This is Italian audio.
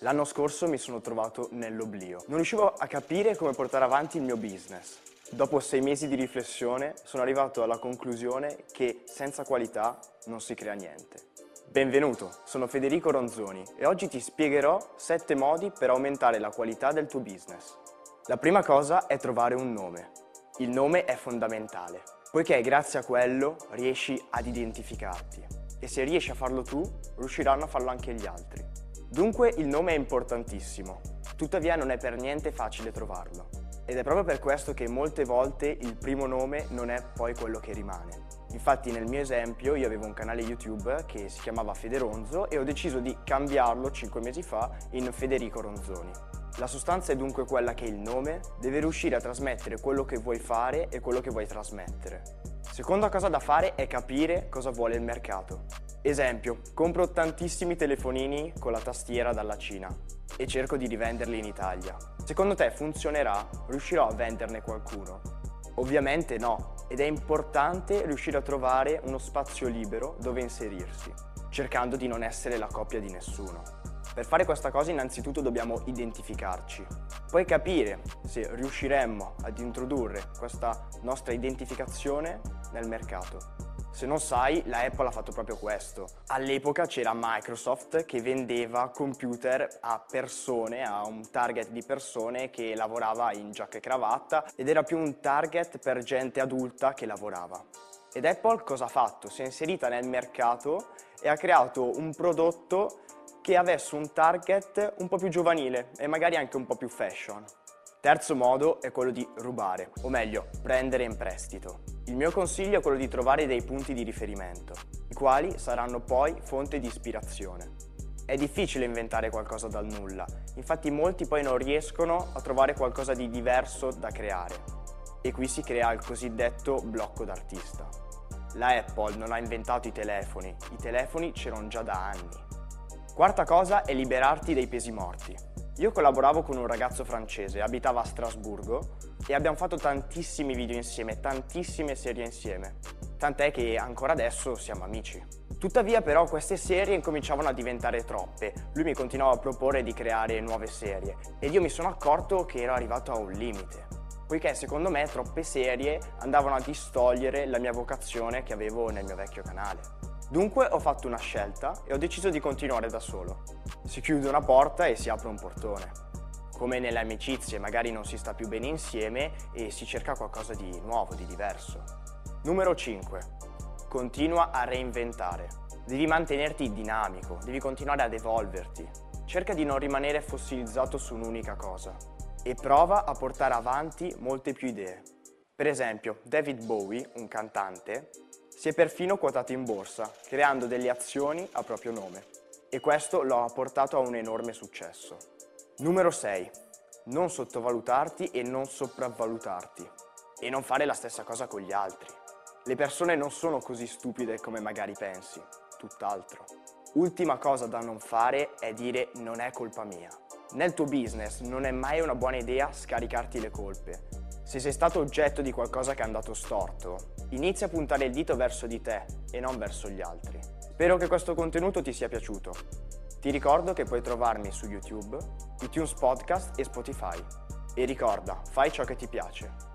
L'anno scorso mi sono trovato nell'oblio. Non riuscivo a capire come portare avanti il mio business. Dopo 6 mesi di riflessione sono arrivato alla conclusione che senza qualità non si crea niente. Benvenuto, sono Federico Ronzoni e oggi ti spiegherò 7 modi per aumentare la qualità del tuo business. La prima cosa è trovare un nome. Il nome è fondamentale, poiché grazie a quello riesci ad identificarti e se riesci a farlo tu, riusciranno a farlo anche gli altri. Dunque il nome è importantissimo, tuttavia non è per niente facile trovarlo. Ed è proprio per questo che molte volte il primo nome non è poi quello che rimane. Infatti nel mio esempio io avevo un canale YouTube che si chiamava Federonzo e ho deciso di cambiarlo 5 mesi fa in Federico Ronzoni. La sostanza è dunque quella che il nome deve riuscire a trasmettere quello che vuoi fare e quello che vuoi trasmettere. Seconda cosa da fare è capire cosa vuole il mercato. Esempio, compro tantissimi telefonini con la tastiera dalla Cina e cerco di rivenderli in Italia. Secondo te funzionerà? Riuscirò a venderne qualcuno? Ovviamente no, ed è importante riuscire a trovare uno spazio libero dove inserirsi, cercando di non essere la copia di nessuno. Per fare questa cosa innanzitutto dobbiamo identificarci, poi capire se riusciremmo ad introdurre questa nostra identificazione nel mercato. Se non sai, la Apple ha fatto proprio questo. All'epoca c'era Microsoft che vendeva computer a persone, a un target di persone che lavorava in giacca e cravatta ed era più un target per gente adulta che lavorava. Ed Apple cosa ha fatto? Si è inserita nel mercato e ha creato un prodotto che avesse un target un po' più giovanile e magari anche un po' più fashion. Terzo modo è quello di rubare, o meglio, prendere in prestito. Il mio consiglio è quello di trovare dei punti di riferimento, i quali saranno poi fonte di ispirazione. È difficile inventare qualcosa dal nulla, infatti molti poi non riescono a trovare qualcosa di diverso da creare. E qui si crea il cosiddetto blocco d'artista. La Apple non ha inventato i telefoni c'erano già da anni. Quarta cosa è liberarti dei pesi morti. Io collaboravo con un ragazzo francese, abitava a Strasburgo e abbiamo fatto tantissimi video insieme, tantissime serie insieme, tant'è che ancora adesso siamo amici. Tuttavia però queste serie incominciavano a diventare troppe, lui mi continuava a proporre di creare nuove serie ed io mi sono accorto che ero arrivato a un limite, poiché secondo me troppe serie andavano a distogliere la mia vocazione che avevo nel mio vecchio canale. Dunque ho fatto una scelta e ho deciso di continuare da solo. Si chiude una porta e si apre un portone. Come nelle amicizie, magari non si sta più bene insieme e si cerca qualcosa di nuovo, di diverso. Numero 5. Continua a reinventare. Devi mantenerti dinamico, devi continuare ad evolverti. Cerca di non rimanere fossilizzato su un'unica cosa e prova a portare avanti molte più idee. Per esempio, David Bowie, un cantante, si è perfino quotato in borsa, creando delle azioni a proprio nome. E questo lo ha portato a un enorme successo. Numero 6. Non sottovalutarti e non sopravvalutarti. E non fare la stessa cosa con gli altri. Le persone non sono così stupide come magari pensi, tutt'altro. Ultima cosa da non fare è dire non è colpa mia. Nel tuo business non è mai una buona idea scaricarti le colpe. Se sei stato oggetto di qualcosa che è andato storto, inizia a puntare il dito verso di te e non verso gli altri. Spero che questo contenuto ti sia piaciuto. Ti ricordo che puoi trovarmi su YouTube, iTunes Podcast e Spotify. E ricorda, fai ciò che ti piace.